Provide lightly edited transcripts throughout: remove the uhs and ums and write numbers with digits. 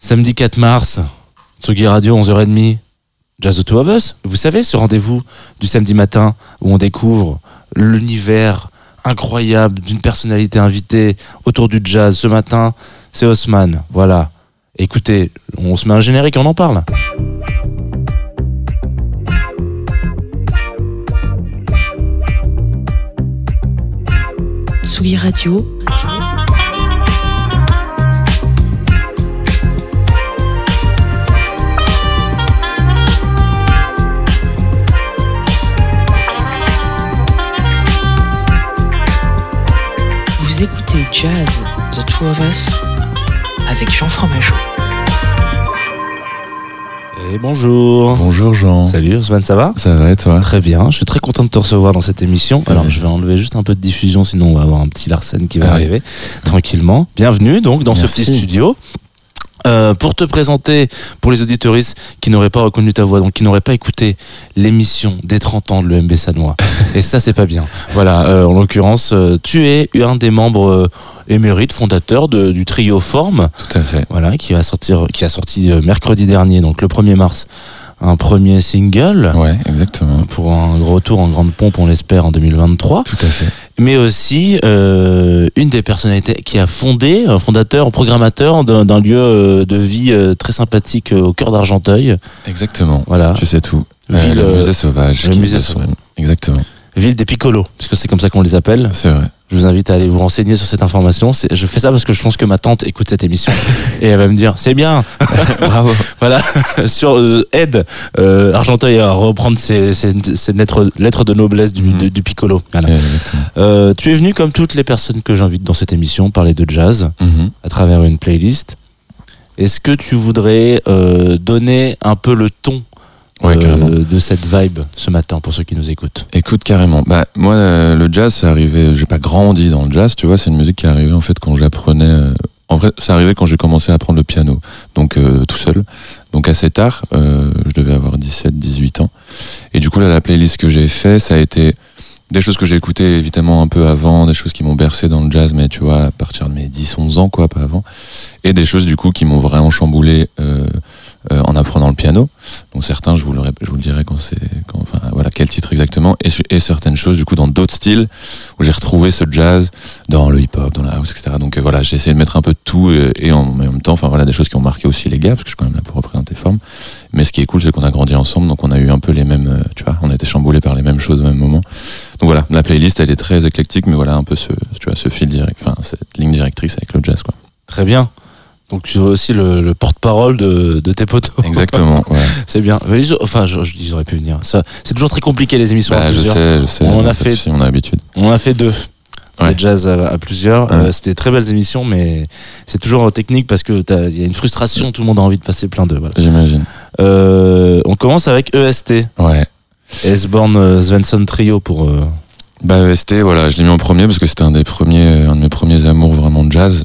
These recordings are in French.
Samedi 4 mars, Tsugi Radio, 11h30, Jazz the Two of Us. Vous savez, ce rendez-vous du samedi matin où on découvre l'univers incroyable d'une personnalité invitée autour du jazz. Ce matin, c'est Haussmann. Voilà. Écoutez, on se met un générique et on en parle. Tsugi Radio. Vous écoutez Jazz The Two of Us avec Jean Fromageau. Et bonjour. Bonjour Jean. Salut Haussmann, ça va ? Ça va et toi ? Très bien, je suis très content de te recevoir dans cette émission. Alors je vais enlever juste un peu de diffusion, sinon on va avoir un petit Larsen qui va arriver tranquillement. Bienvenue donc dans ce petit studio. Pour te présenter, pour les auditeuristes qui n'auraient pas reconnu ta voix, donc qui n'auraient pas écouté l'émission des 30 ans de l'EMB Sannois. Et ça, c'est pas bien. Voilà, en l'occurrence, tu es un des membres émérites, fondateurs du trio Forme. Tout à fait. Voilà, qui a sorti mercredi dernier, donc le 1er mars, un premier single. Ouais, exactement. Pour un retour en grande pompe, on l'espère, en 2023. Tout à fait. Mais aussi une des personnalités qui a fondateur, programmateur d'un lieu de vie très sympathique au cœur d'Argenteuil. Exactement. Voilà. Tu sais tout. Ville, le musée sauvage. Le musée sauvage. Exactement. Ville des Piccolos, puisque c'est comme ça qu'on les appelle. C'est vrai. Je vous invite à aller vous renseigner sur cette information. Je fais ça parce que je pense que ma tante écoute cette émission et elle va me dire c'est bien. Bravo. Voilà. Sur aide Argenteuil à reprendre ces lettres de noblesse du Piccolo. Voilà. Tu es venu comme toutes les personnes que j'invite dans cette émission parler de jazz à travers une playlist. Est-ce que tu voudrais donner un peu le ton de cette vibe ce matin pour ceux qui nous écoutent? Écoute, carrément. Moi, le jazz, c'est arrivé. J'ai pas grandi dans le jazz, tu vois. C'est une musique qui est arrivée en fait quand j'apprenais. En vrai, c'est arrivé quand j'ai commencé à apprendre le piano, donc tout seul. Donc assez tard, je devais avoir 17-18 ans. Et du coup, là, la playlist que j'ai fait, ça a été des choses que j'ai écoutées évidemment un peu avant, des choses qui m'ont bercé dans le jazz, mais tu vois, à partir de mes 10-11 ans, quoi, pas avant. Et des choses, du coup, qui m'ont vraiment chamboulé en apprenant le piano. Donc certains, je vous le dirai voilà, quel titre exactement. Et certaines choses, du coup, dans d'autres styles, où j'ai retrouvé ce jazz dans le hip-hop, dans la house, etc. Donc voilà, j'ai essayé de mettre un peu de tout et en même temps, enfin voilà, des choses qui ont marqué aussi les gars, parce que je suis quand même là pour représenter Forme. Mais ce qui est cool, c'est qu'on a grandi ensemble, donc on a eu un peu les mêmes, tu vois, on a été chamboulés par les mêmes choses au même moment. Donc voilà, la playlist, elle est très éclectique, mais voilà, un peu ce fil direct, enfin, cette ligne directrice avec le jazz, quoi. Très bien. Donc tu es aussi le porte-parole de tes potos. Exactement, ouais. C'est bien. Mais ils auraient pu venir. Ça, c'est toujours très compliqué les émissions à plusieurs. Je sais. On a l'habitude. On a fait 2. Ouais. Le jazz à plusieurs. Ouais. C'était très belles émissions, mais c'est toujours technique parce que il y a une frustration. Tout le monde a envie de passer plein d'eux. Voilà. J'imagine. On commence avec EST. Ouais. Esborn Svensson Trio pour. EST, voilà, je l'ai mis en premier parce que c'était un de mes premiers amours vraiment de jazz.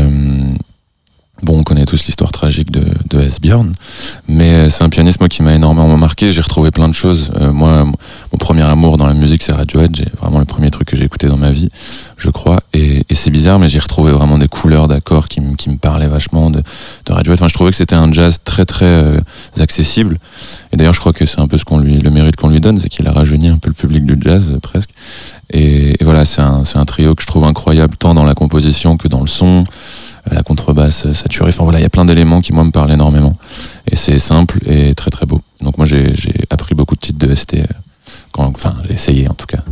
Bon, on connaît tous l'histoire tragique de Esbjörn, mais c'est un pianiste, moi, qui m'a énormément marqué. J'ai retrouvé plein de choses. Moi, mon premier amour dans la musique, c'est Radiohead. J'ai vraiment le premier truc que j'ai écouté dans ma vie, je crois. Et c'est bizarre, mais j'ai retrouvé vraiment des couleurs d'accords qui me parlaient vachement de Radiohead. Enfin, je trouvais que c'était un jazz très, très accessible. Et d'ailleurs, je crois que c'est un peu le mérite qu'on lui donne, c'est qu'il a rajeuni un peu le public du jazz, presque. Et voilà, c'est un trio que je trouve incroyable, tant dans la composition que dans le son. La contrebasse saturée, enfin voilà, il y a plein d'éléments qui moi me parlent énormément et c'est simple et très très beau. Donc moi j'ai appris beaucoup de titres de ST j'ai essayé en tout cas.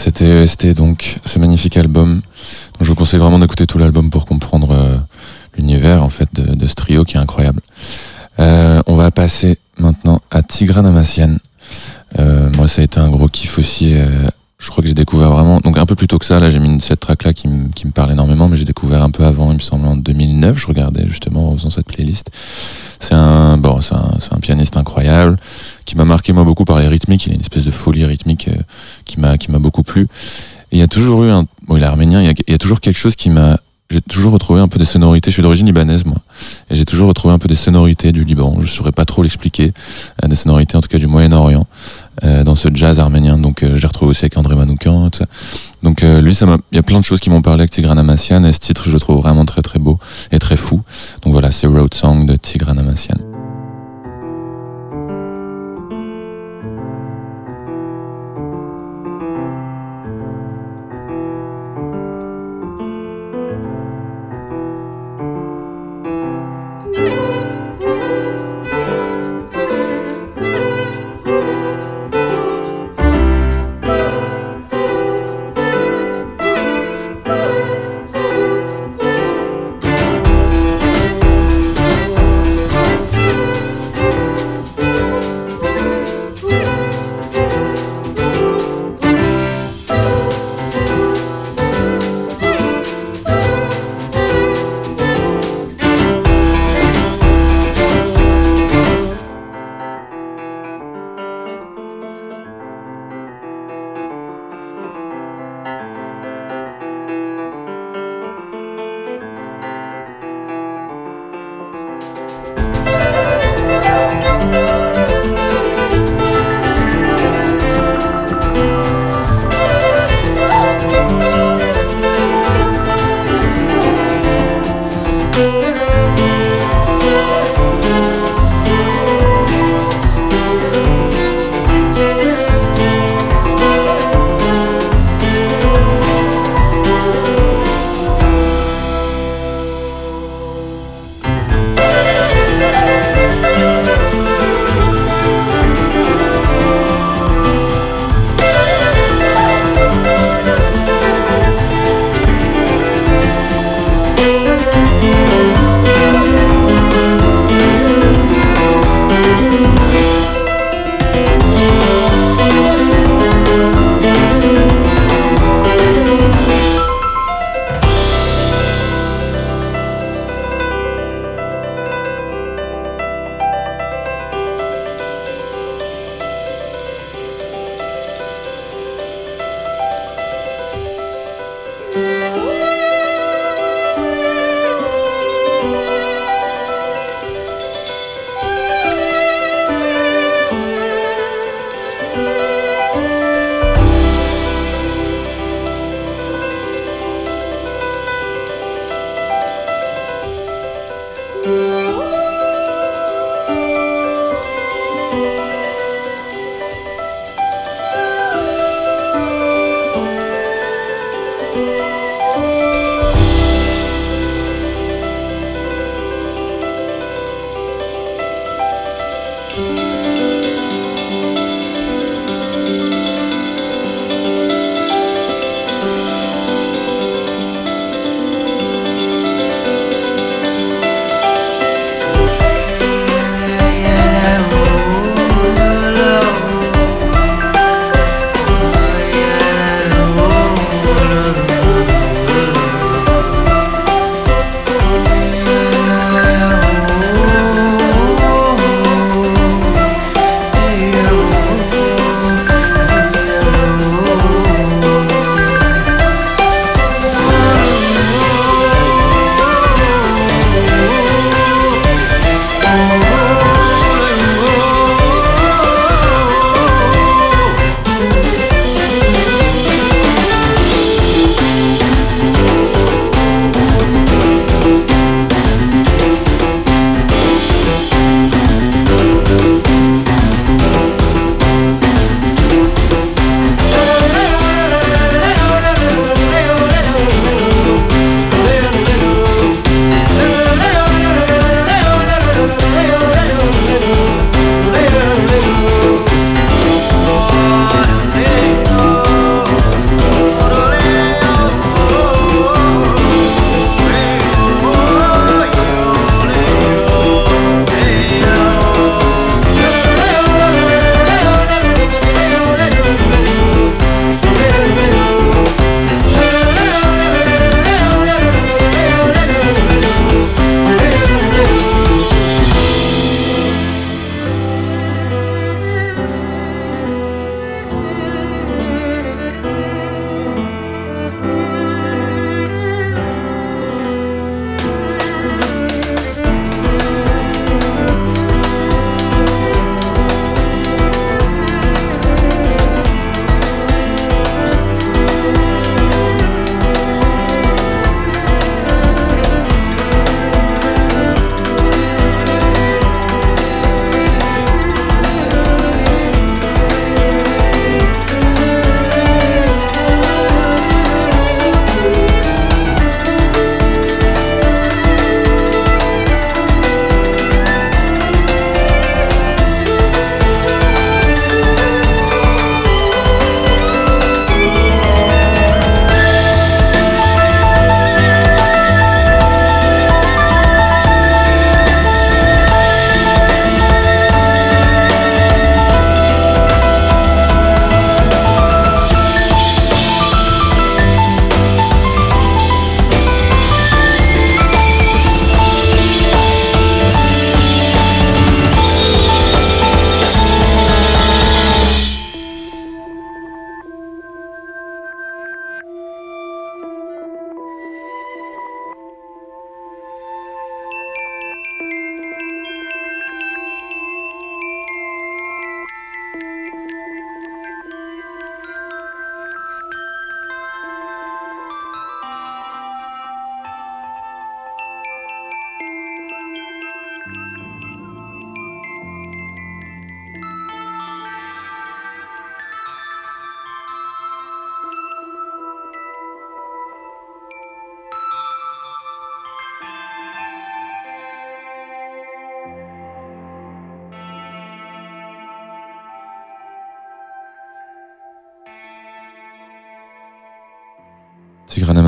C'était donc ce magnifique album. Donc je vous conseille vraiment d'écouter tout l'album pour comprendre l'univers en fait de ce trio qui est incroyable. On va passer maintenant à Tigran Amassian. Moi ça a été un gros kiff aussi. Je crois que j'ai découvert vraiment, donc un peu plus tôt que ça, là j'ai mis cette track là qui me parle énormément, mais j'ai découvert un peu avant, il me semble en 2009, je regardais justement en faisant cette playlist. C'est un pianiste incroyable, qui m'a marqué moi beaucoup par les rythmiques, il a une espèce de folie rythmique qui m'a beaucoup plu. Et il y a toujours eu il est arménien, il y a toujours quelque chose j'ai toujours retrouvé un peu des sonorités, je suis d'origine libanaise moi, et j'ai toujours retrouvé un peu des sonorités du Liban, je saurais pas trop l'expliquer, des sonorités en tout cas du Moyen-Orient, dans ce jazz arménien, donc je l'ai retrouvé aussi avec André Manoukian, tout ça. Donc lui, il y a plein de choses qui m'ont parlé avec Tigran Amassian, et ce titre je le trouve vraiment très très beau et très fou. Donc voilà, c'est Road Song de Tigran Amassian.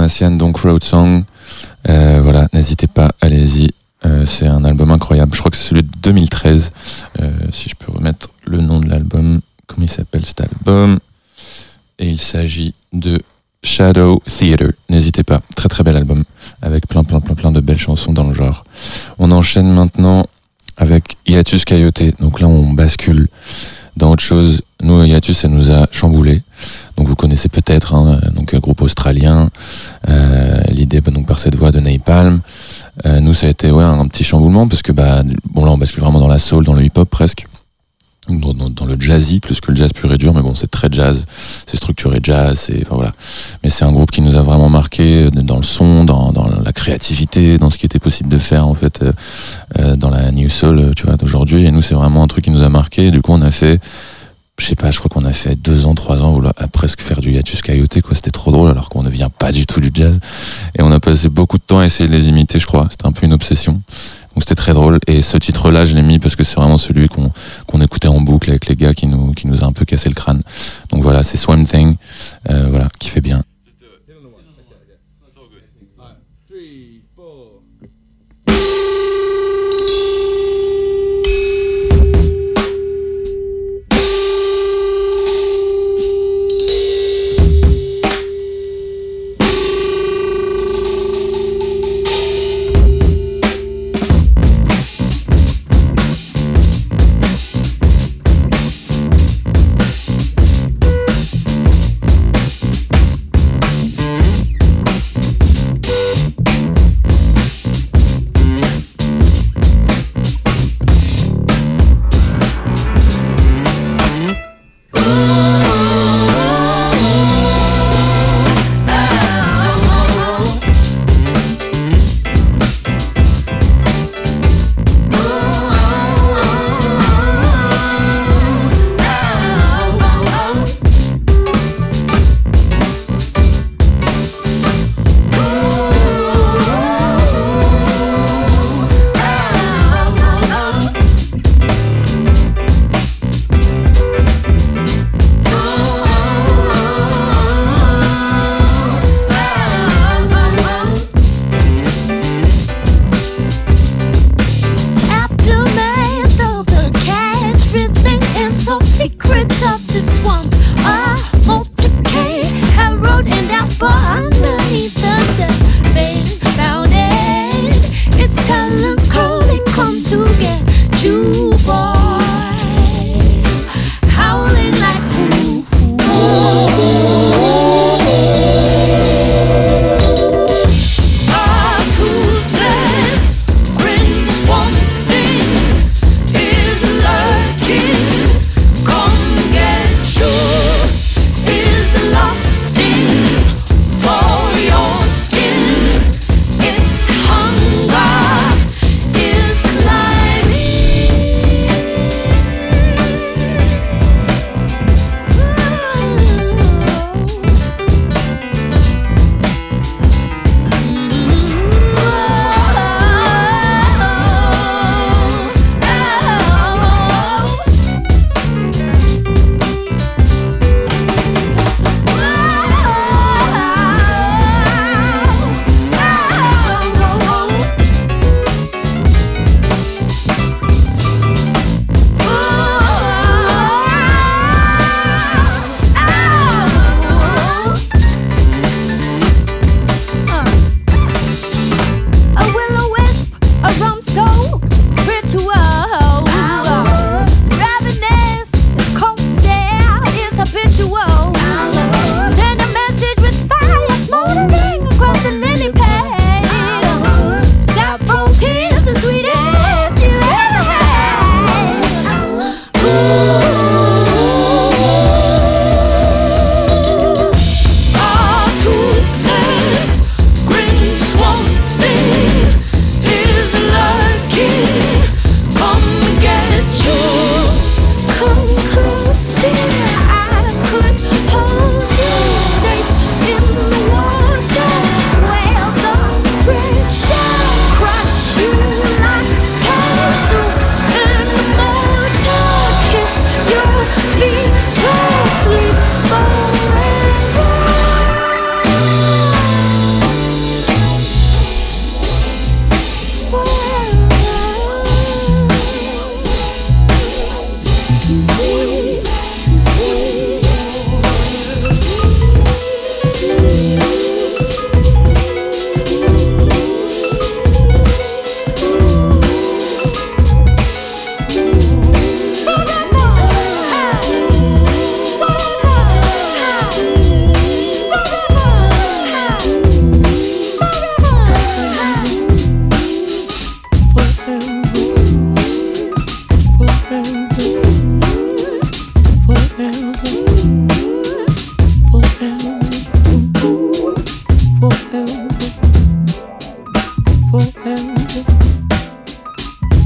Damasian, donc Road Song. Voilà, n'hésitez pas, allez-y. C'est un album incroyable. Je crois que c'est celui de 2013. Si je peux remettre le nom de l'album. Comment il s'appelle cet album? Et il s'agit de Shadow Theater. N'hésitez pas. Très très bel album. Avec plein de belles chansons dans le genre. On enchaîne maintenant avec Hiatus Coyote. Donc là, on bascule dans autre chose. Nous, Hiatus, ça nous a chamboulé. Donc vous connaissez peut-être, hein, donc un groupe australien. L'idée, donc par cette voix de Napalm. Nous, ça a été un petit chamboulement parce que là, on bascule vraiment dans la soul, dans le hip-hop presque. Dans le jazzy plus que le jazz pur et dur, mais bon, c'est très jazz, c'est structuré jazz, voilà. Mais c'est un groupe qui nous a vraiment marqué dans le son, dans la créativité, dans ce qui était possible de faire en fait dans la new soul, tu vois, d'aujourd'hui. Et nous, c'est vraiment un truc qui nous a marqué. Du coup, on a fait, je sais pas, je crois qu'on a fait 2 ans, 3 ans à presque faire du Hiatus Coyote, quoi. C'était trop drôle alors qu'on ne vient pas du tout du jazz. Et on a passé beaucoup de temps à essayer de les imiter, je crois. C'était un peu une obsession. Donc c'était très drôle. Et ce titre-là, je l'ai mis parce que c'est vraiment celui qu'on écoutait en boucle avec les gars qui nous a un peu cassé le crâne. Donc voilà, c'est Swamp Thing, voilà, qui fait bien.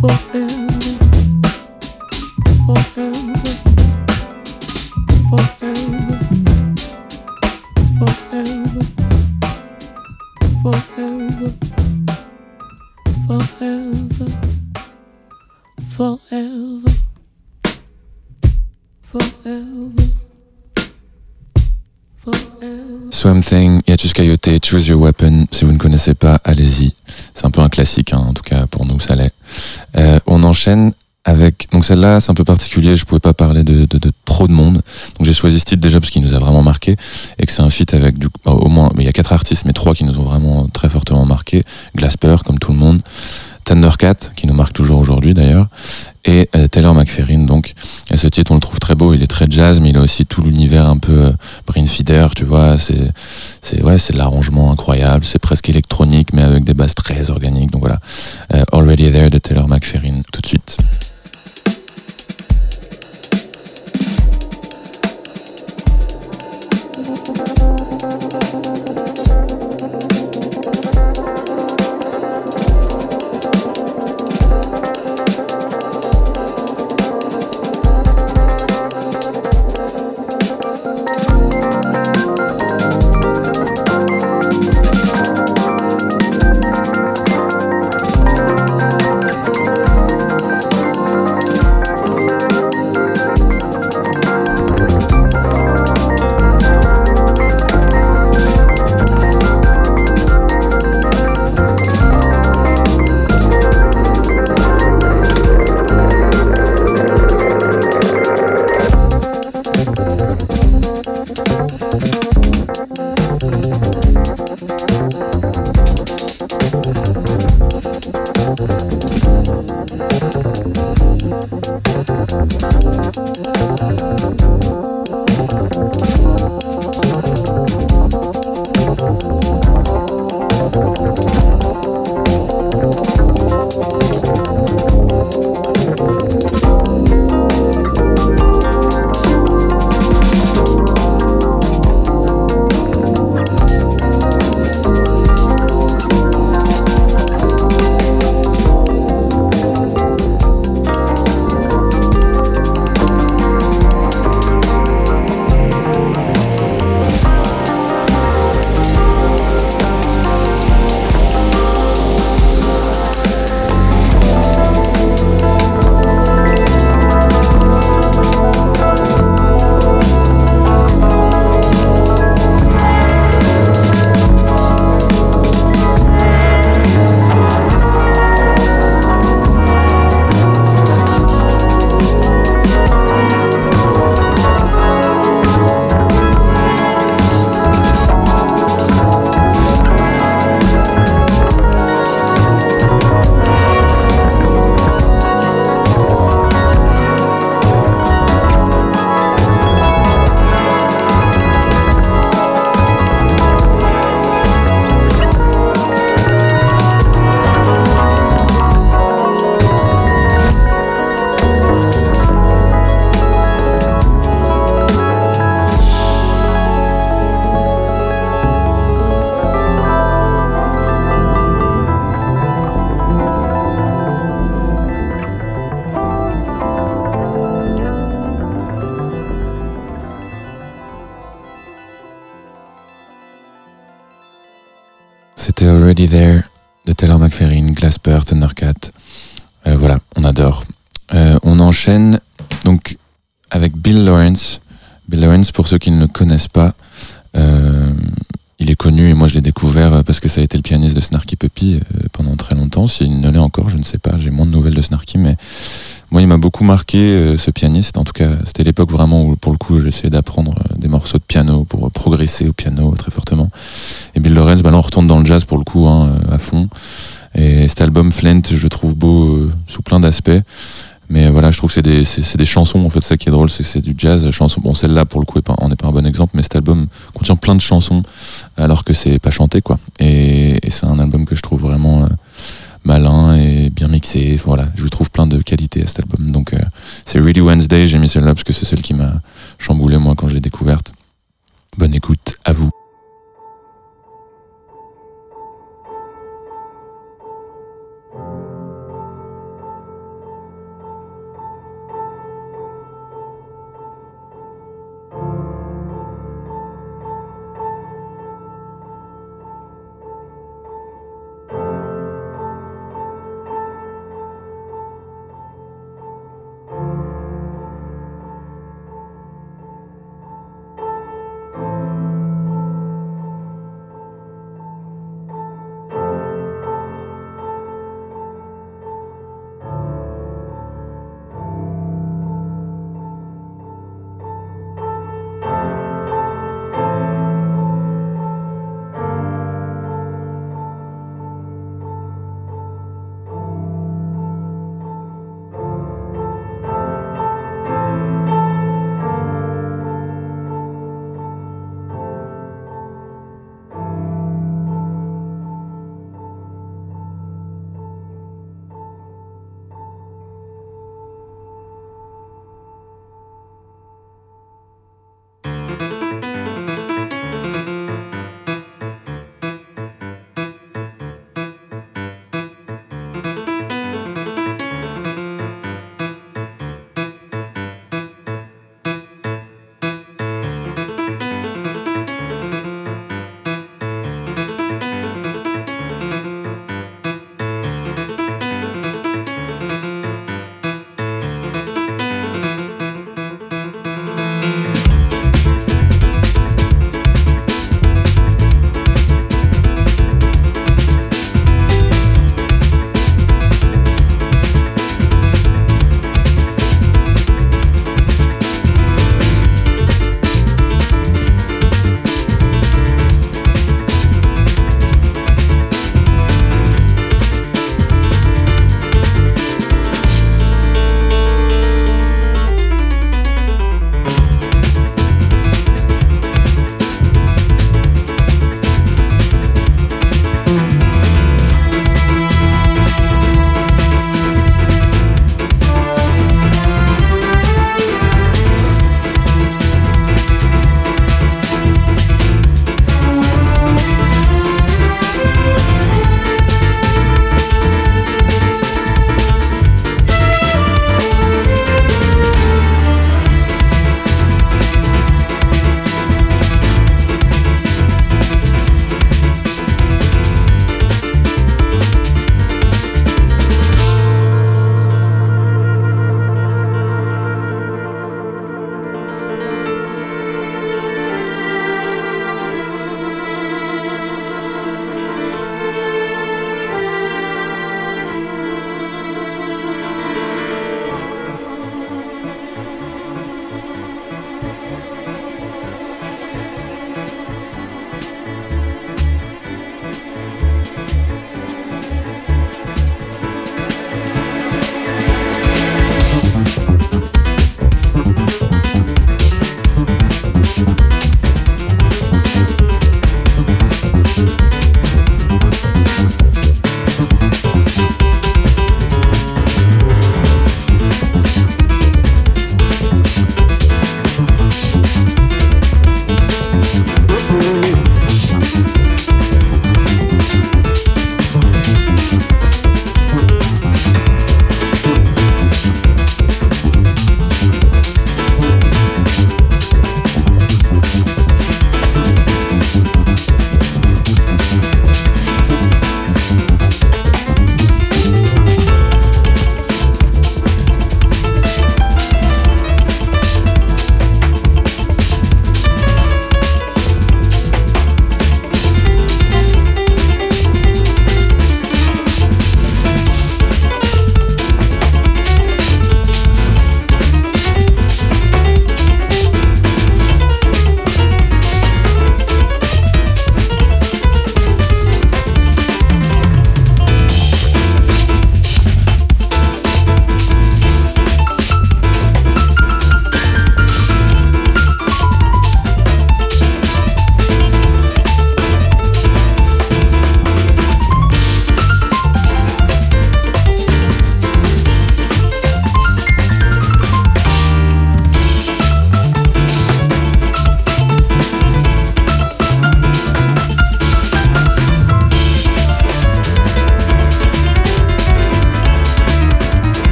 Swamp Thing, Yatus Coyote, Choose Your Weapon. Si vous ne connaissez pas, allez-y. C'est un peu un classique, hein, en tout cas pour nous ça l'est. On enchaîne avec, donc celle-là c'est un peu particulier, je pouvais pas parler de trop de monde, donc j'ai choisi ce titre déjà parce qu'il nous a vraiment marqué et que c'est un feat avec au moins, il y a 4 artistes mais 3 qui nous ont vraiment très fortement marqué. Glasper comme tout le monde, Thundercat qui nous marque toujours aujourd'hui d'ailleurs, et Taylor McFerrin. Donc et ce titre on le trouve très beau, il est très jazz mais il a aussi tout l'univers un peu brain feeder, tu vois, c'est de l'arrangement incroyable, c'est presque électronique mais avec des basses très organiques. Donc voilà, Already There de Taylor McFerrin tout de suite. C'était Already There de Taylor McFerrin, Glasper, Thundercat. Voilà, on adore. On enchaîne donc avec Bill Lawrence. Bill Lawrence, pour ceux qui ne le connaissent pas, il est connu et moi je l'ai découvert parce que ça a été le pianiste de Snarky Puppy pendant très longtemps. S'il ne l'est encore, je ne sais pas, j'ai moins de nouvelles de Snarky, mais moi il m'a beaucoup marqué ce pianiste. En tout cas, c'était l'époque vraiment où pour le coup j'essayais d'apprendre des morceaux de piano pour progresser au piano très fortement. Et Bill Lawrence, là on retourne dans le jazz pour le coup à fond. Et cet album Flint, je le trouve beau sous plein d'aspects. Mais voilà, je trouve que c'est des chansons, en fait, ça qui est drôle, c'est que c'est du jazz, chanson. Bon, celle-là, pour le coup, on n'est pas un bon exemple, mais cet album contient plein de chansons, alors que c'est pas chanté, quoi. Et c'est un album que je trouve vraiment malin et bien mixé. Voilà, je trouve plein de qualités à cet album. Donc, c'est Really Wednesday, j'ai mis celle-là parce que c'est celle qui m'a chamboulé, moi, quand je l'ai découverte. Bonne écoute, à vous.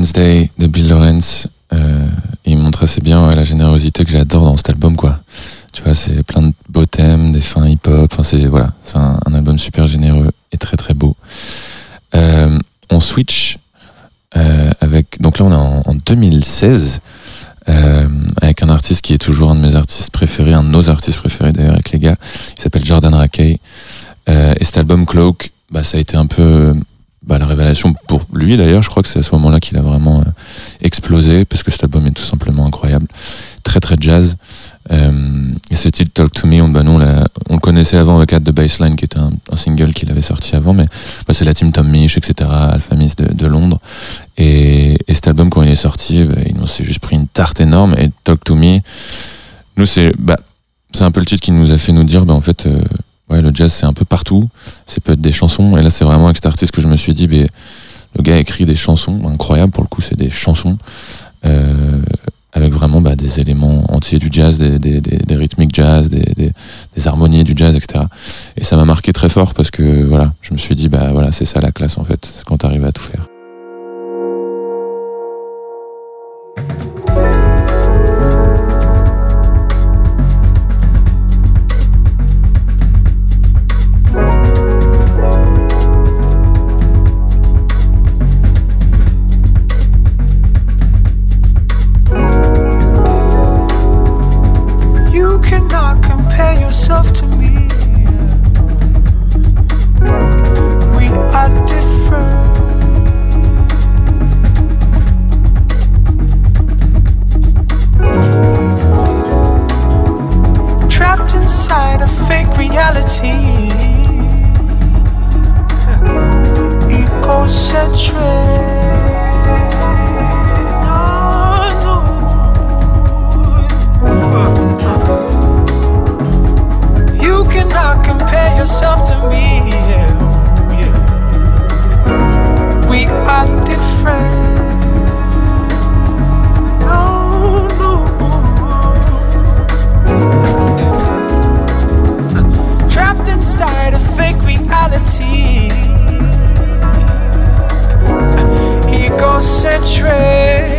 Wednesday de Bill Lawrence. Il montre assez bien la générosité que j'adore dans cet album, quoi. Tu vois, c'est plein de beaux thèmes, des fins hip-hop. Enfin, c'est un album super généreux et très très beau. On switch avec. Donc là, on est en 2016 avec un artiste qui est toujours un de mes artistes préférés, un de nos artistes préférés d'ailleurs avec les gars. Il s'appelle Jordan Rakei. Et cet album Cloak, ça a été un peu la révélation pour lui d'ailleurs. Je crois que c'est à ce moment-là qu'il a vraiment explosé, parce que cet album est tout simplement incroyable, très très jazz. Et ce titre Talk to Me, nous on le connaissait avant avec At the Baseline, qui était un single qu'il avait sorti avant, mais c'est la team Tom Misch, etc., Alpha Miss de Londres. Et cet album, quand il est sorti, il nous s'est juste pris une tarte énorme. Et Talk to Me, nous c'est un peu le titre qui nous a fait nous dire en fait le jazz c'est un peu partout, c'est peut être des chansons, et là c'est vraiment avec cet artiste que je me suis dit le gars écrit des chansons incroyables, pour le coup c'est des chansons avec vraiment des éléments entiers du jazz, des rythmiques jazz, des harmonies du jazz, etc. Et ça m'a marqué très fort, parce que je me suis dit c'est ça la classe en fait, c'est quand t'arrives à tout faire. To me, we are different. Trapped inside a fake reality, egocentric. Compare yourself to me, yeah. We are different. No, no. Trapped inside a fake reality, egocentric.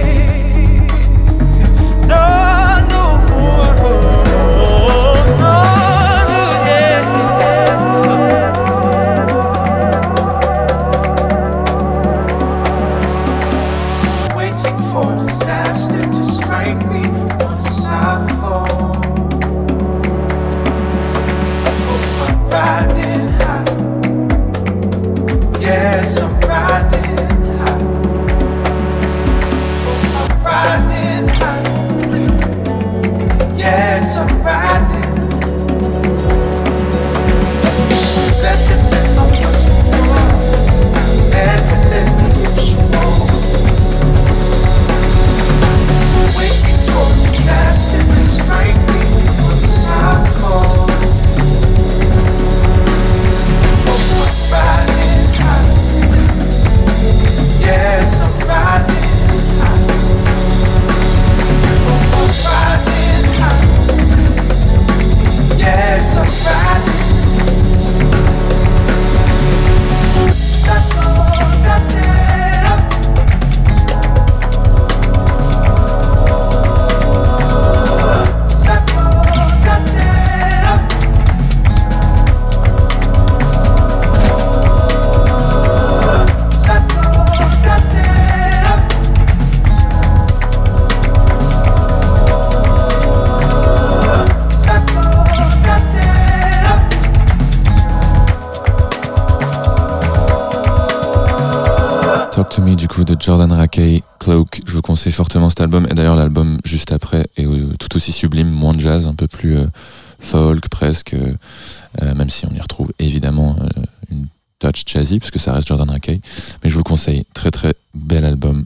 Talk to Me, du coup, de Jordan Rakei, Cloak. Je vous conseille fortement cet album, et d'ailleurs l'album juste après est tout aussi sublime, moins de jazz, un peu plus folk presque, même si on y retrouve évidemment une touch jazzy, parce que ça reste Jordan Rakei, mais je vous le conseille, très très bel album.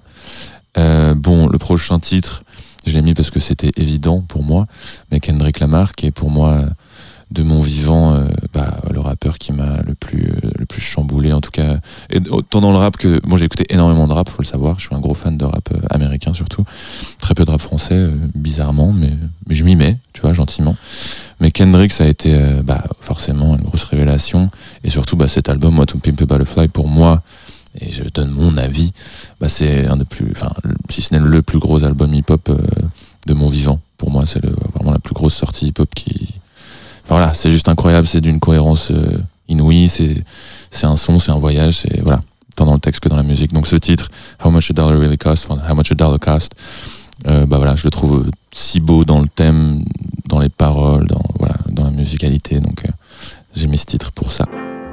Le prochain titre, je l'ai mis parce que c'était évident pour moi, mais Kendrick Lamar, qui est pour moi de mon vivant le rappeur qui m'a le plus chamboulé, en tout cas, et autant dans le rap que j'ai écouté énormément de rap, faut le savoir, je suis un gros fan de rap américain surtout, très peu de rap français bizarrement, mais je m'y mets, tu vois, gentiment. Mais Kendrick, ça a été forcément une grosse révélation, et surtout cet album To Pimp a Butterfly, pour moi et je donne mon avis, bah c'est un des plus, enfin, si ce n'est le plus gros album hip-hop de mon vivant. Pour moi, c'est vraiment la plus grosse sortie hip-hop qui... Enfin voilà, c'est juste incroyable, c'est d'une cohérence inouïe, c'est un son, c'est un voyage, c'est voilà, tant dans le texte que dans la musique. Donc ce titre, How Much a Dollar Really Cost, How Much a Dollar Cost, bah voilà, je le trouve si beau dans le thème, dans les paroles, dans la musicalité. Donc j'ai mis ce titre pour ça.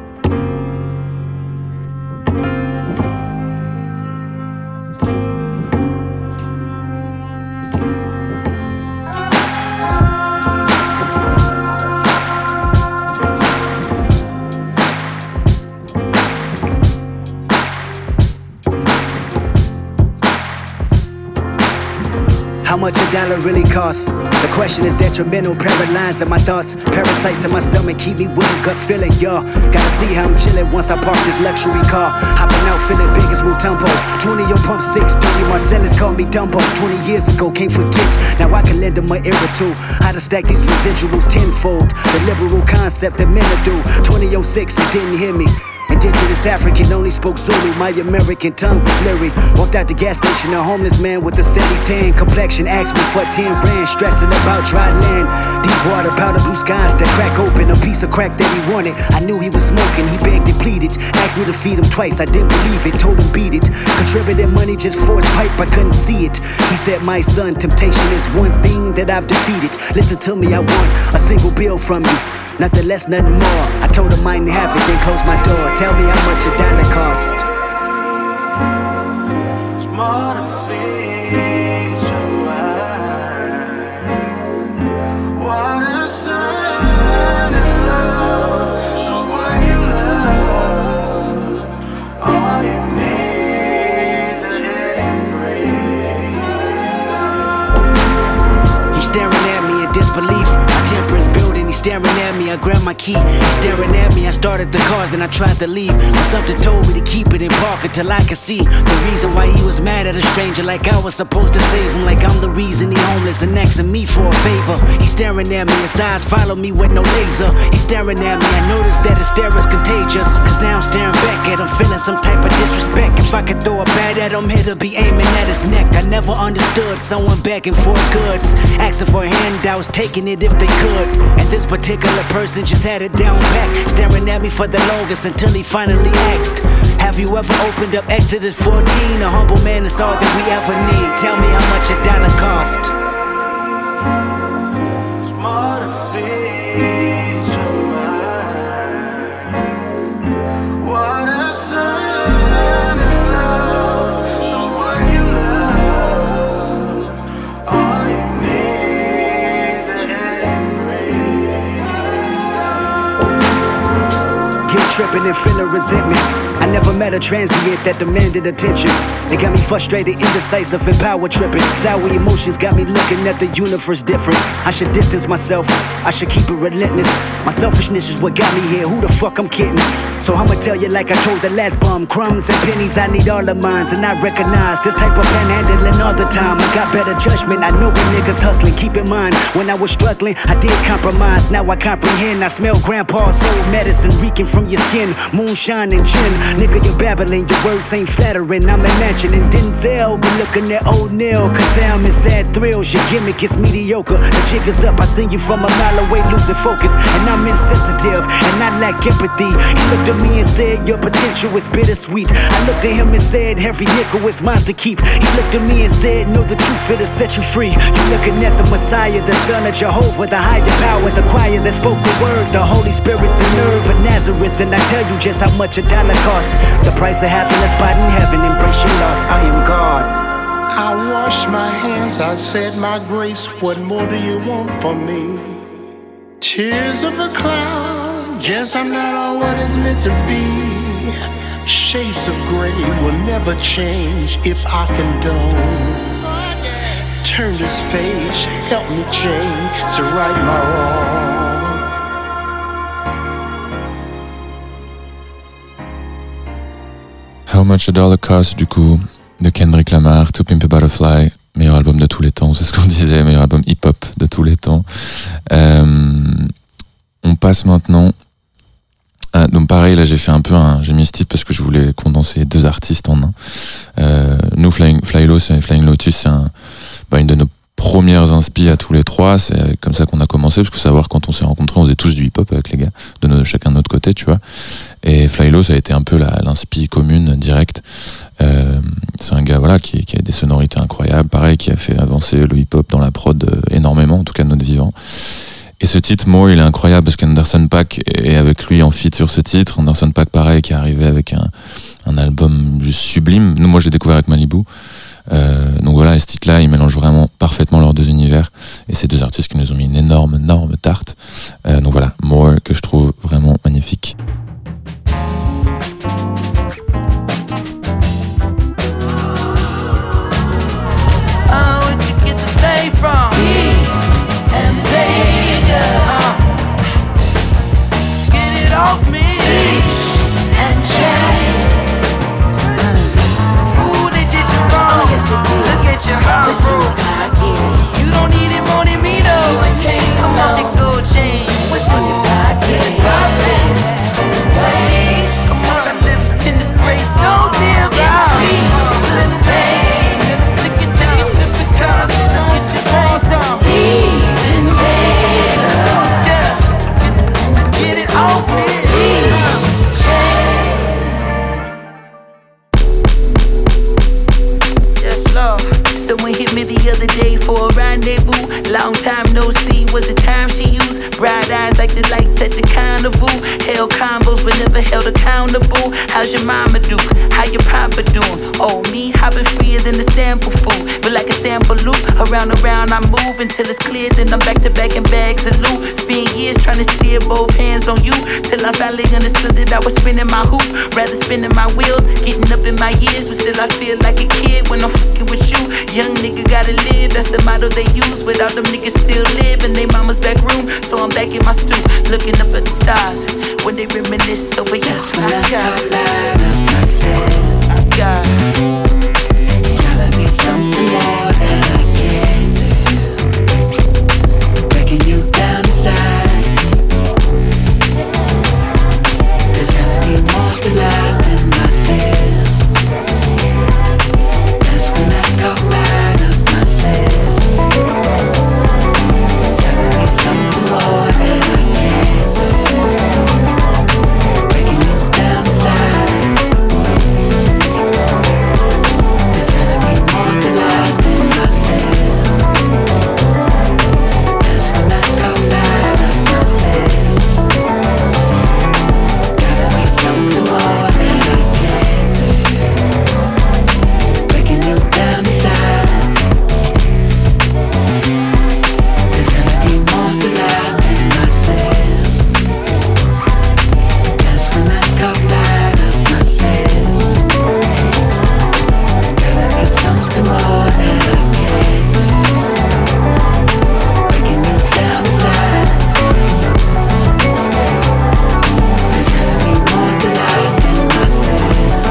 How much a dollar really costs? The question is detrimental, paralyzed in my thoughts. Parasites in my stomach keep me with a gut feeling, y'all. Gotta see how I'm chilling once I park this luxury car. Hopping out feeling big as Mutombo. 20 on pump 6, 30 Marcellus called me Dumbo. 20 years ago, can't forget. Now I can lend them my ear or two. How to stack these residuals tenfold. The liberal concept that men do. 2006, it didn't hear me. Indigenous African, only spoke Zulu. My American tongue was leery. Walked out the gas station, a homeless man with a 70-tan complexion. Asked me for 10 rand, stressing about dry land. Deep water, powder blue skies that crack open. A piece of crack that he wanted. I knew he was smoking, he begged and pleaded. Asked me to feed him twice, I didn't believe it. Told him beat it. Contributed money just for his pipe, I couldn't see it. He said, my son, temptation is one thing that I've defeated. Listen to me, I want a single bill from you. Nothing less, nothing more. I told him I didn't have it, then closed my door. Tell me how much a dollar cost. It's more to feed your mind. Water, sun, and love. The one you love. All you need to breathe. He's staring at me in disbelief. My temper is building. He's staring at me. I grabbed my key. He's staring at me. I started the car, then I tried to leave. But something told me to keep it in park until I could see the reason why he was mad at a stranger. Like I was supposed to save him. Like I'm the reason he homeless and asking me for a favor. He's staring at me. His eyes follow me with no laser. He's staring at me. I noticed that his stare is contagious. Cause now I'm staring back at him, feeling some type of disrespect. If I could throw a bat at him, it'll be aiming at his neck. I never understood someone begging for goods, asking for handouts, taking it if they could. And this particular person just had it down back, staring at me for the longest until he finally asked, have you ever opened up Exodus 14? A humble man is all that we ever need. Tell me how much a dollar cost. It's more to feed your mind. Water, sun, and love. The one you love. All you need to breathe. Guilt tripping and feeling resentment. I never met a transient that demanded attention. They got me frustrated, indecisive, and power tripping. Sour emotions got me looking at the universe different. I should distance myself, I should keep it relentless. My selfishness is what got me here, who the fuck I'm kidding? So I'ma tell you like I told the last bum. Crumbs and pennies, I need all of mine. And I recognize this type of panhandling all the time. I got better judgment, I know when niggas hustling. Keep in mind, when I was struggling, I did compromise. Now I comprehend, I smell grandpa's soul medicine reeking from your skin. Moonshine and gin. Nigga, you're babbling, your words ain't flattering. I'm imagining Denzel, be looking at O'Neal. Cause I'm in sad thrills, your gimmick is mediocre. The jig is up, I seen you from a mile away, losing focus. And I'm insensitive, and I lack empathy. He looked at me and said, your potential is bittersweet. I looked at him and said, every nickel is mine to keep. He looked at me and said, know the truth, it'll set you free. You looking at the Messiah, the Son of Jehovah, the higher power, the choir that spoke the word, the Holy Spirit, the nerve of Nazareth. And I tell you just how much a dollar cost. The price of having a spot in heaven. Embrace your loss, I am God. I washed my hands, I said my grace. What more do you want from me? Tears of a cloud, guess I'm not all what it's meant to be. Shades of gray will never change if I condone. Turn this page, help me change to right my wrong. How Much a Dollar Cost, du coup, de Kendrick Lamar, To Pimp a Butterfly, meilleur album de tous les temps, c'est ce qu'on disait, meilleur album hip-hop de tous les temps. On passe maintenant Donc pareil, là j'ai fait j'ai mis ce titre parce que je voulais condenser 2 artistes en un. Nous, Flying Lotus, c'est une de nos premières inspi à tous les 3, c'est comme ça qu'on a commencé, parce que savoir quand on s'est rencontrés, on faisait tous du hip-hop avec les gars, chacun de notre côté, tu vois. Et Flylo, ça a été un peu l'inspi commune, directe. C'est un gars, voilà, qui a des sonorités incroyables, pareil, qui a fait avancer le hip-hop dans la prod énormément, en tout cas de notre vivant. Et ce titre, More, il est incroyable parce qu'Anderson .Paak est avec lui en feat sur ce titre. Anderson .Paak, pareil, qui est arrivé avec un album juste sublime. Moi, je l'ai découvert avec Malibu. Donc voilà, et ce titre-là, il mélange vraiment parfaitement leurs 2 univers. Et ces 2 artistes qui nous ont mis une énorme tarte. Donc voilà, More, que je trouve vraiment magnifique. You don't need it more than me though. Come on and go change. What's in your pocket? Come on, a little tennis brace, don't deal out. Little pain, take it to the cars, get your brains on. Even better, get it off me. Someone hit me the other day for a rendezvous. Long time no see, was the time she used. Bright eyes like the lights at the carnival. Held combos but never held accountable. How's your mama do? How your papa doing? Oh, me hopping freer than the sample food. But like a sample loop, around and around I move until it's clear. Then I'm back to back in bags of loot. Spend years trying to steer both hands on you, till I finally understood that I was spinning my hoop, rather spinning my wheels. Getting up in my years, but still I feel like a kid when I'm fucking with you. Young nigga gotta live, that's the motto they use. Without them niggas still live in they mama's back room. So I'm back in my stoop, looking up at the stars when they reminisce over you. That's when I got light of myself. I got gotta be something more that I can't do. Breaking you down to size. There's gotta be more to life than myself. That's when I got light of myself. Gotta be something more that I can't do. Breaking you down to size. There's gotta be more to life than myself. That's when I got light of myself. Gotta be something more that I can't do. Breaking you down to size. There's gotta be more to life than myself. That's when I got light of myself. Gotta be something more that I can't do. Breaking you down to size. There's gotta be more to life than myself.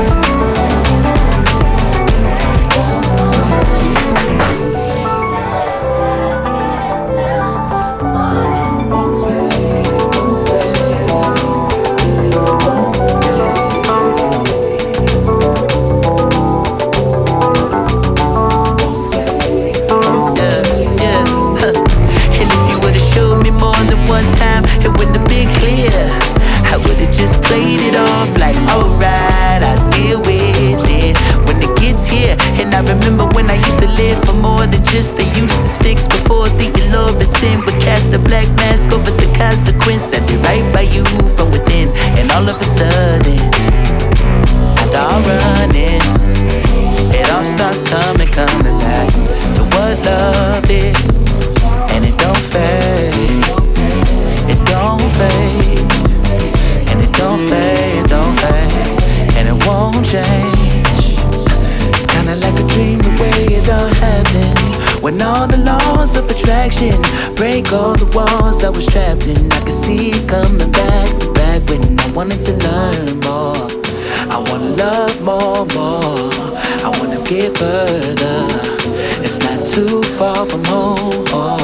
And if you would've showed me more than one time, it wouldn't have been clear. I would've just played it off like, alright, I'll deal with it when it gets here. And I remember when I used to live for more than just the useless fix before the allure of sin would cast the black mask over the consequence. I did right by you from within, and all of a sudden, after all running, it all starts coming back to what love is. And it don't fade, it don't fade, and it don't fade, don't fade, and it won't change. Kinda like a dream the way it all happened, when all the laws of attraction break all the walls I was trapped in. I could see it coming back when I wanted to learn more. I wanna love more. I wanna get further. It's not too far from home.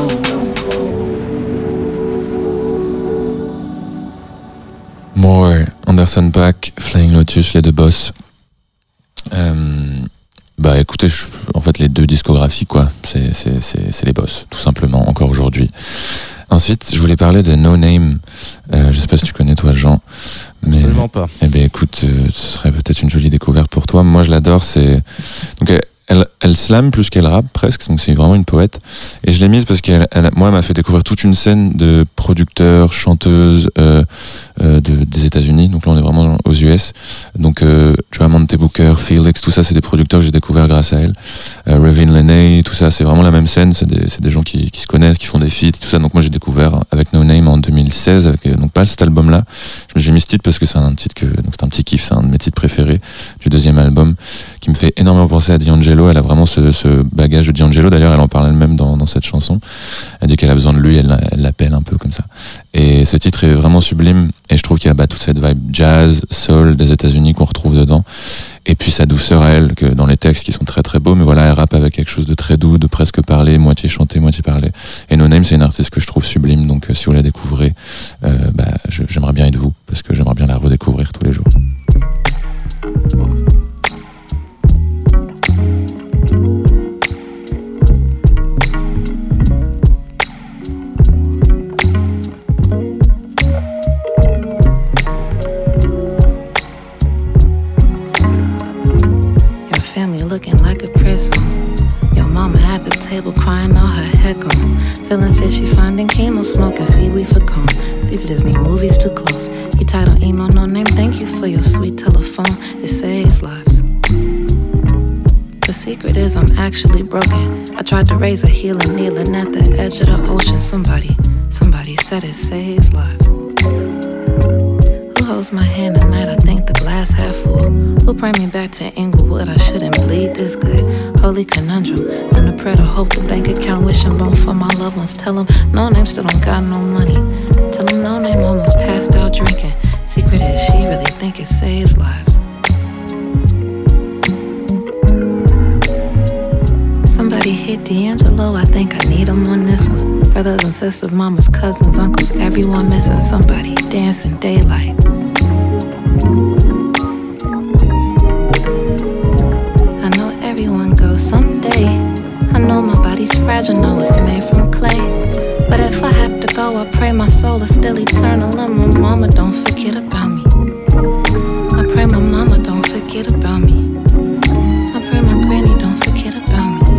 More boss. Bah écoutez, en fait les deux discographies quoi, c'est les boss, tout simplement, encore aujourd'hui. Ensuite, je voulais parler de No Name. Je sais pas si tu connais toi Jean. Mais, absolument pas. Eh bien écoute, ce serait peut-être une jolie découverte pour toi. Moi je l'adore, donc elle slam plus qu'elle rappe presque, donc c'est vraiment une poète. Et je l'ai mise parce qu'elle m'a fait découvrir toute une scène de producteurs, chanteuses des États-Unis. Donc là on est vraiment aux US. Donc tu vois, Monte Booker, Felix, tout ça c'est des producteurs que j'ai découvert grâce à elle. Ravin Lenay, tout ça c'est vraiment la même scène. C'est des gens qui se connaissent, qui font des feats, tout ça. Donc moi j'ai découvert avec No Name en 2016, donc pas cet album-là. J'ai mis ce titre parce que c'est un titre donc c'est un petit kiff, c'est un de mes titres préférés du deuxième album, qui me fait énormément penser à D'Angelo. Elle a vraiment ce bagage de D'Angelo. D'ailleurs, elle en parle elle-même dans cette chanson. Elle dit qu'elle a besoin de lui, elle l'appelle un peu comme ça. Et ce titre est vraiment sublime. Et je trouve qu'il y a toute cette vibe jazz, soul des États-Unis qu'on retrouve dedans. Et puis sa douceur à elle, que dans les textes qui sont très très beaux, mais voilà, elle rappe avec quelque chose de très doux, de presque parler, moitié chanté, moitié parler. Et No Name, c'est une artiste que je trouve sublime. Donc si vous la découvrez, j'aimerais bien être vous, parce que j'aimerais bien la redécouvrir tous les jours. Looking like a prison. Your mama at the table crying all her heck on. Feeling fishy, finding chemo, smoking seaweed for corn. These Disney movies too close. You tied on email, No Name. Thank you for your sweet telephone. It saves lives. The secret is I'm actually broken. I tried to raise a healing, kneeling at the edge of the ocean. Somebody said it saves lives. Who holds my hand at night? I think the glass half full. Who bring me back to Inglewood? I shouldn't bleed this good. Holy conundrum. I'm the prayer to hope, the bank account wishing bone for my loved ones. Tell them No Name still don't got no money. Tell them No Name almost passed out drinking. Secret is she really think it saves lives. Somebody hit D'Angelo, I think I need him on this one. Brothers and sisters, mamas, cousins, uncles, everyone missing somebody. Dancing daylight. I know everyone goes someday. I know my body's fragile, know it's made from clay. But if I have to go, I pray my soul is still eternal. And my mama don't forget about me. I pray my mama don't forget about me. I pray my granny don't forget about me.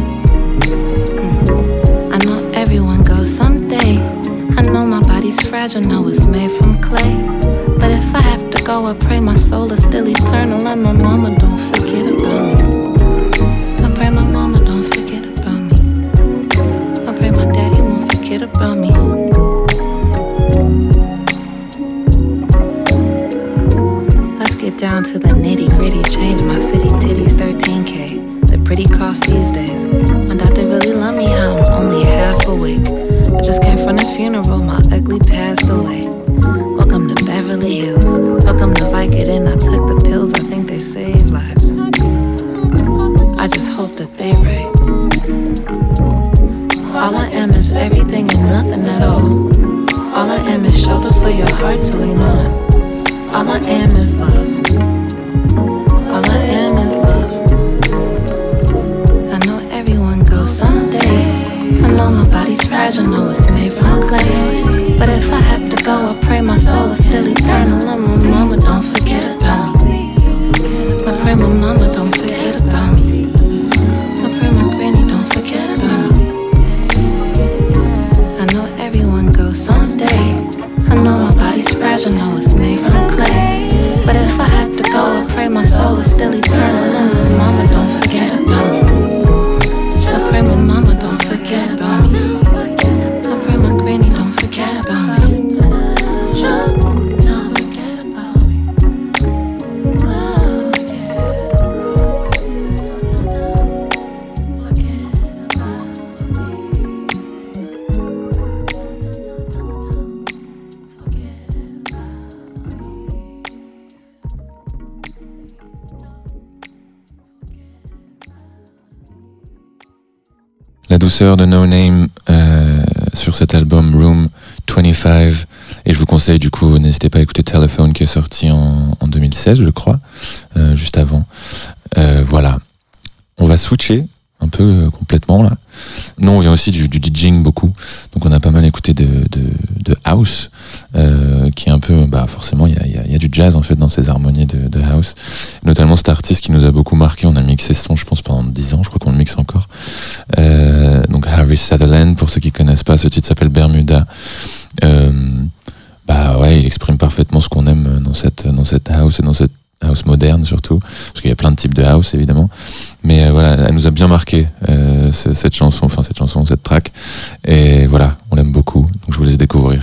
I know everyone goes someday. I know my body's fragile, know it's made from clay. But if I have to go, I pray my soul is still eternal. And my mama don't forget about me. I pray my mama don't forget about me. I pray my daddy won't forget about me. Let's get down to the nitty gritty. Change my city titties, 13K. They're pretty cost these days. My doctor really love me how I'm only half awake. I just came from the funeral, my ugly passed away. Welcome to Beverly Hills. Welcome to Vicodin. I took the pills, I think they save lives. I just hope that they right. All I am is everything and nothing at all. All I am is shelter for your heart to lean on. All I am is love. All I am is love. I know everyone goes someday. I know my body's fragile, know it's made from clay. But if I have to go, I pray my soul is still eternal. And my mama don't forget about me. I pray my mama don't forget about me. I pray my granny don't forget about me. I know everyone goes someday. I know my body's fragile, know it's made from clay. But if I have to go, I pray my soul is still eternal. And my mama don't forget about me. I pray my mama don't forget about me. I pray my granny don't forget about me. Don't forget about me. La douceur de No Name sur cet album Room 25. Et je vous conseille du coup, n'hésitez pas à écouter Telephone qui est sorti en 2016, je crois, juste avant. Voilà. On va switcher un peu complètement là. Nous on vient aussi du DJing beaucoup, donc on a pas mal écouté de house, qui est un peu, forcément il y a du jazz en fait dans ces harmonies de house, notamment cet artiste qui nous a beaucoup marqué. On a mixé ce son je pense pendant 10 ans, je crois qu'on le mixe encore, donc Harry Sutherland. Pour ceux qui connaissent pas, ce titre s'appelle Bermuda. Il exprime parfaitement ce qu'on aime dans cette house et dans cette house moderne surtout, parce qu'il y a plein de types de house évidemment, mais voilà, elle nous a bien marqué cette track, et voilà, on l'aime beaucoup, donc je vous laisse découvrir.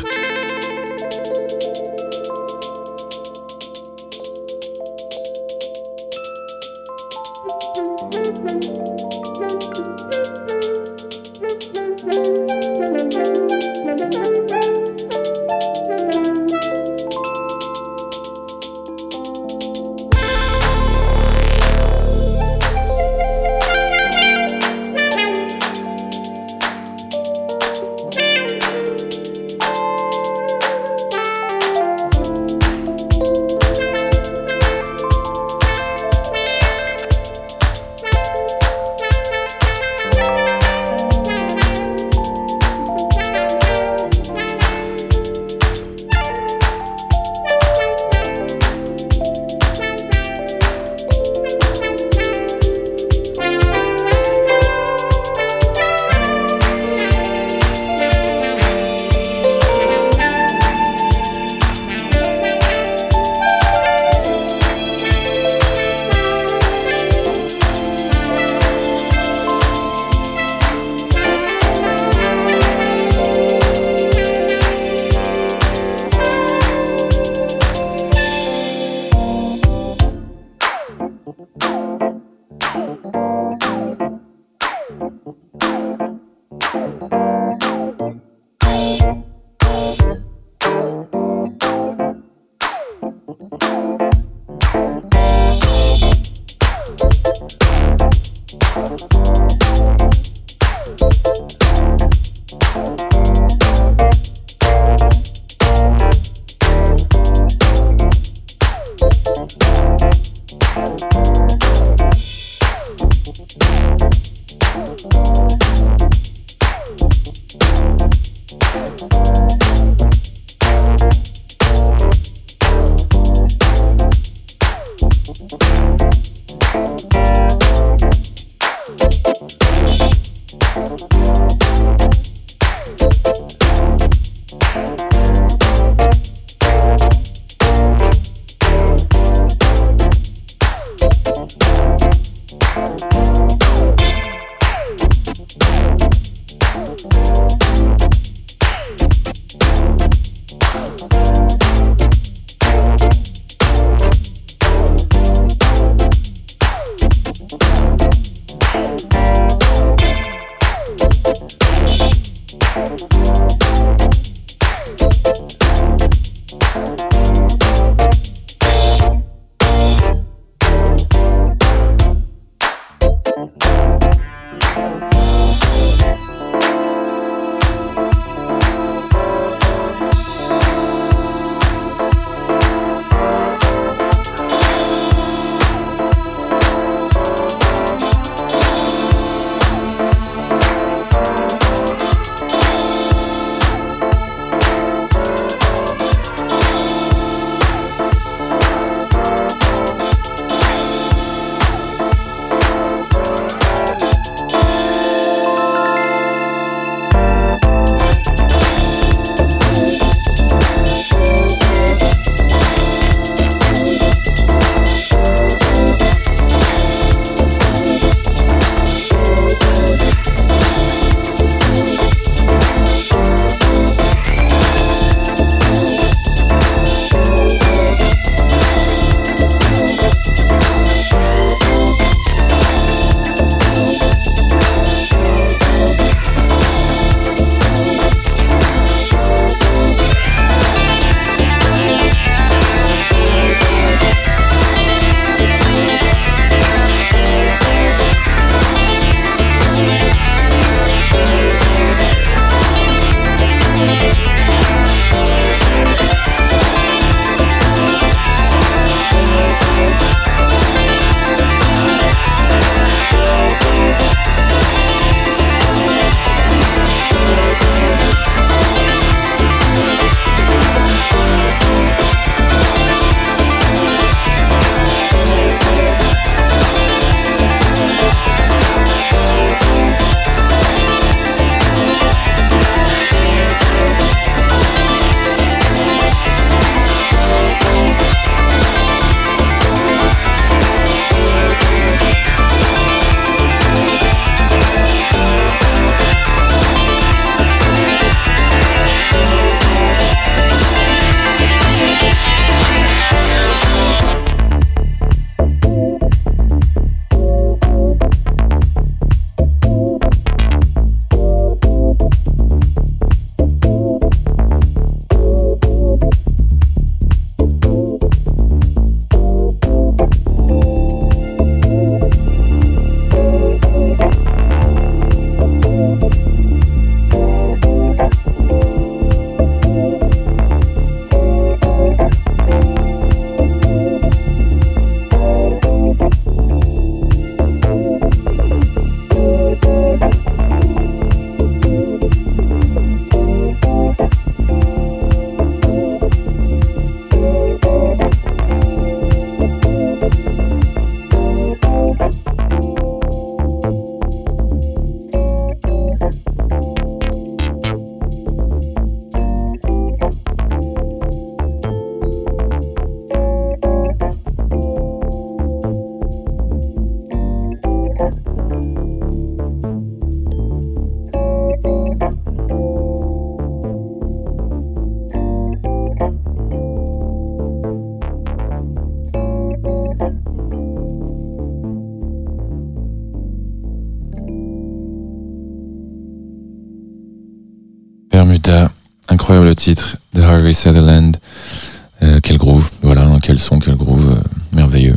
Lolita, incroyable titre de Harvey Sutherland. Quel groove, voilà, hein, quel son, quel groove, merveilleux.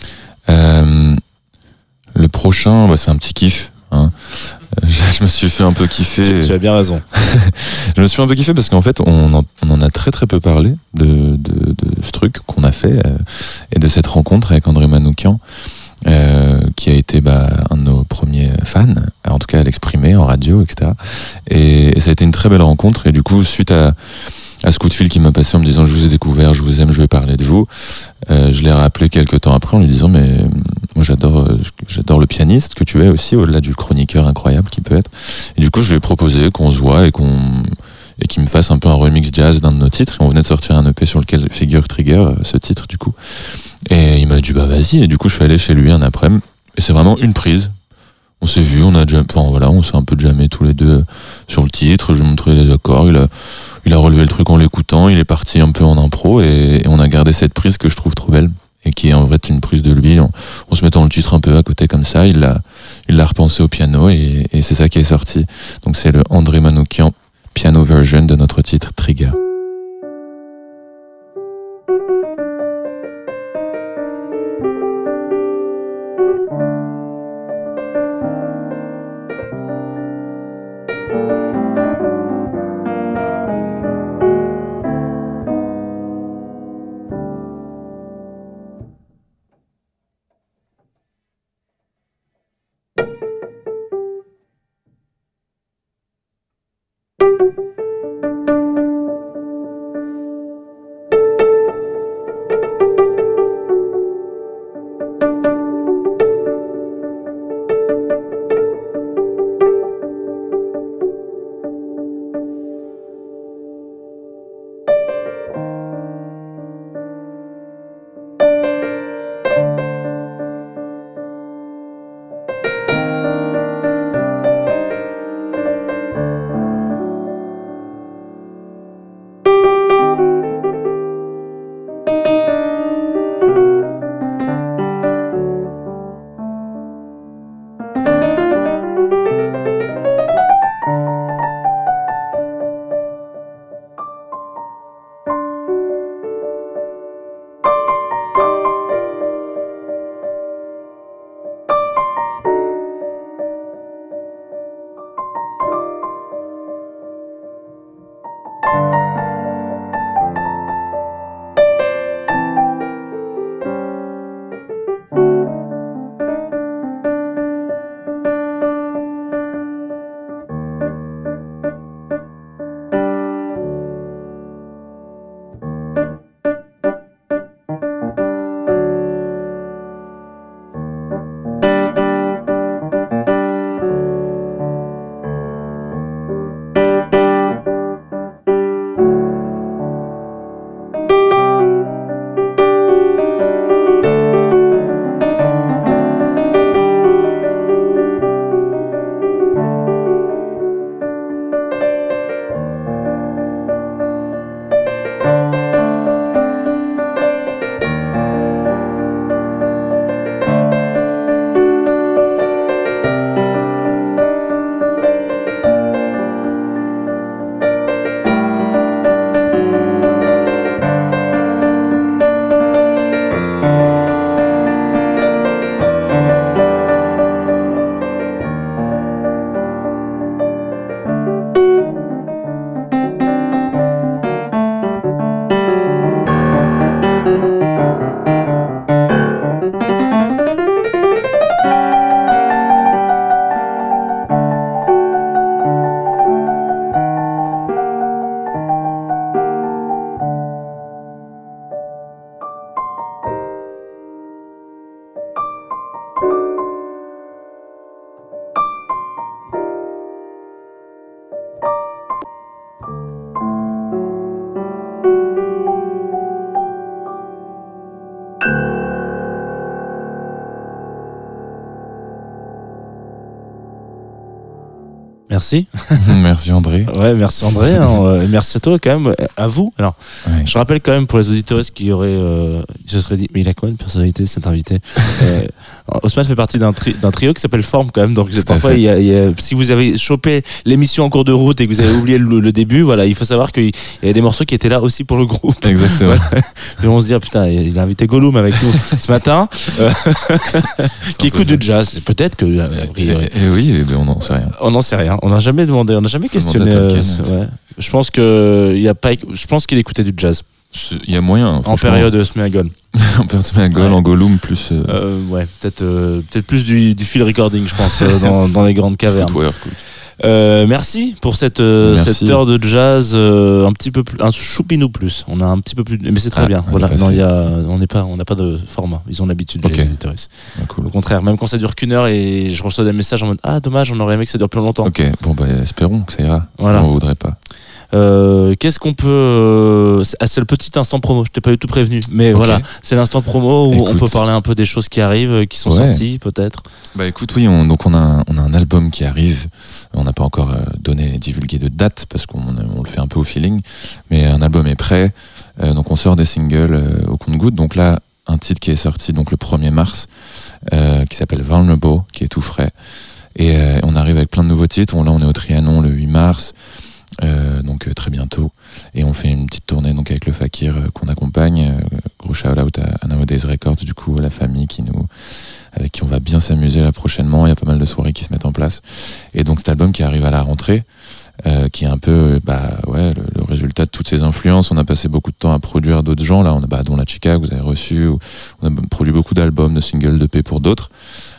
Le prochain, c'est un petit kiff. Hein. Je me suis fait un peu kiffer. Tu as bien raison. Je me suis un peu kiffé parce qu'en fait, on en a très très peu parlé de ce truc qu'on a fait et de cette rencontre avec André Manoukian, qui a été un de nos premiers fans, en tout cas à l'exprimer en radio, etc. Et ça a été une très belle rencontre. Et du coup, suite à ce coup de fil qu'il m'a passé en me disant je vous ai découvert, je vous aime, je vais parler de vous, je l'ai rappelé quelques temps après en lui disant mais moi j'adore le pianiste que tu es aussi, au-delà du chroniqueur incroyable qu'il peut être. Et du coup je lui ai proposé qu'on se voit et qu'il me fasse un peu un remix jazz d'un de nos titres. Et on venait de sortir un EP sur lequel figure Trigger, ce titre du coup. Et il m'a dit vas-y. Et du coup je suis allé chez lui un après-midi. Et c'est vraiment une prise. On s'est vu, on s'est un peu jammé tous les deux sur le titre. Je lui ai montré les accords. Il a relevé le truc en l'écoutant. Il est parti un peu en impro et on a gardé cette prise que je trouve trop belle et qui est en fait une prise de lui. En se mettant le titre un peu à côté comme ça, il l'a repensé au piano et c'est ça qui est sorti. Donc c'est le André Manoukian piano version de notre titre Trigger. Merci. Merci André. Ouais, merci André. Merci à toi quand même. À vous. Alors, je rappelle quand même pour les auditeurs qui auraient, ils se seraient dit, mais il a quoi une personnalité cet invité. Haussmann fait partie d'un trio qui s'appelle Forme quand même. Donc parfois, si vous avez chopé l'émission en cours de route et que vous avez oublié le début, voilà, il faut savoir qu'il y a des morceaux qui étaient là aussi pour le groupe. Exactement. Et on se dit, ah, putain, il a invité Gollum avec nous ce matin, qui écoute du jazz. Peut-être que, oui, mais on n'en sait rien. On n'en sait rien. On n'a jamais demandé, on n'a jamais questionné. Je pense qu'il écoutait du jazz. Il y a moyen. En période Sméagol. En période Sméagol, en Gollum plus. Peut-être plus du field recording, je pense, dans les grandes cavernes. Footwork, merci pour cette heure de jazz un petit peu plus, un choupinou plus. On a un petit peu plus, mais c'est très bien. Voilà, non, on n'a pas de format. Ils ont l'habitude les éditeurs. Cool. Au contraire, même quand ça dure qu'une heure et je reçois des messages en mode dommage, on aurait aimé que ça dure plus longtemps. Ok, bon espérons que ça ira. Voilà. On voudrait pas. Qu'est-ce qu'on peut c'est le petit instant promo, je t'ai pas du tout prévenu, mais voilà, c'est l'instant promo où on peut parler un peu des choses qui arrivent, qui sont sorties peut-être. Écoute, oui, on a un album qui arrive. On n'a pas encore divulgué de date parce qu'on le fait un peu au feeling, mais un album est prêt. Donc on sort des singles au compte-gouttes. Donc là, un titre qui est sorti donc le 1er mars qui s'appelle Vulnerable, qui est tout frais, et on arrive avec plein de nouveaux titres. Là on est au Trianon le 8 mars. Donc très bientôt, et on fait une petite tournée donc avec le Fakir qu'on accompagne. Gros shout out à Nowadays Records, du coup, la famille avec qui on va bien s'amuser là prochainement. Il y a pas mal de soirées qui se mettent en place, et donc cet album qui arrive à la rentrée, qui est un peu le résultat de toutes ces influences. On a passé beaucoup de temps à produire d'autres gens là, dont la Chica que vous avez reçu, on a produit beaucoup d'albums, de singles, d'EP pour d'autres.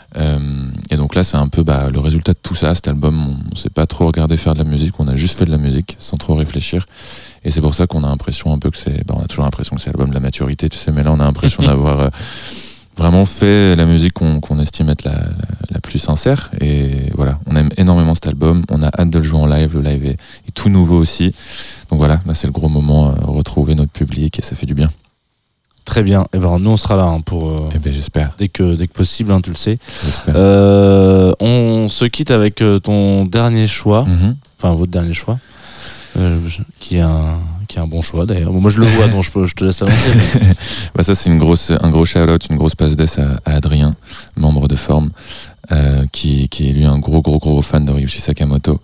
Et donc là c'est un peu le résultat de tout ça. Cet album, on s'est pas trop regardé faire de la musique, on a juste fait de la musique sans trop réfléchir, et c'est pour ça qu'on a l'impression un peu que c'est on a toujours l'impression que c'est l'album de la maturité, tu sais, mais là on a l'impression d'avoir vraiment fait la musique qu'on estime être la plus sincère. Et voilà, on aime énormément cet album, on a hâte de le jouer en live. Le live est tout nouveau aussi, donc voilà, là c'est le gros moment, retrouver notre public, et ça fait du bien. Très bien. Et nous on sera là pour. J'espère. Dès que possible, tu le sais. J'espère. On se quitte avec ton dernier choix, enfin votre dernier choix, qui est un bon choix d'ailleurs. Bon, moi je le vois, donc je te laisse l'annoncer. Mais... ça c'est un gros shout-out, une grosse passe d'ess à Adrien, membre de Forme, qui est lui un gros fan de Ryuichi Sakamoto.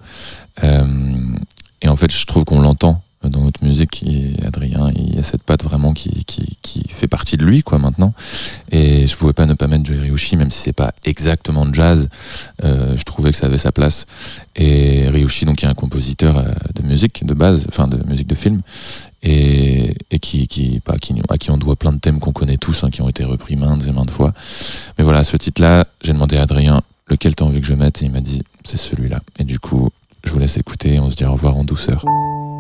Et en fait, je trouve qu'on l'entend dans notre musique, Adrien, il y a cette patte vraiment qui fait partie de lui, quoi, maintenant. Et je pouvais pas ne pas mettre du Ryuichi, même si c'est pas exactement jazz. Je trouvais que ça avait sa place. Et Ryuichi, donc, qui est un compositeur de musique de base, enfin de musique de film, et à qui on doit plein de thèmes qu'on connaît tous, qui ont été repris maintes et maintes fois. Mais voilà, ce titre-là, j'ai demandé à Adrien lequel t'as envie que je mette, et il m'a dit c'est celui-là. Et du coup, je vous laisse écouter et on se dit au revoir en douceur.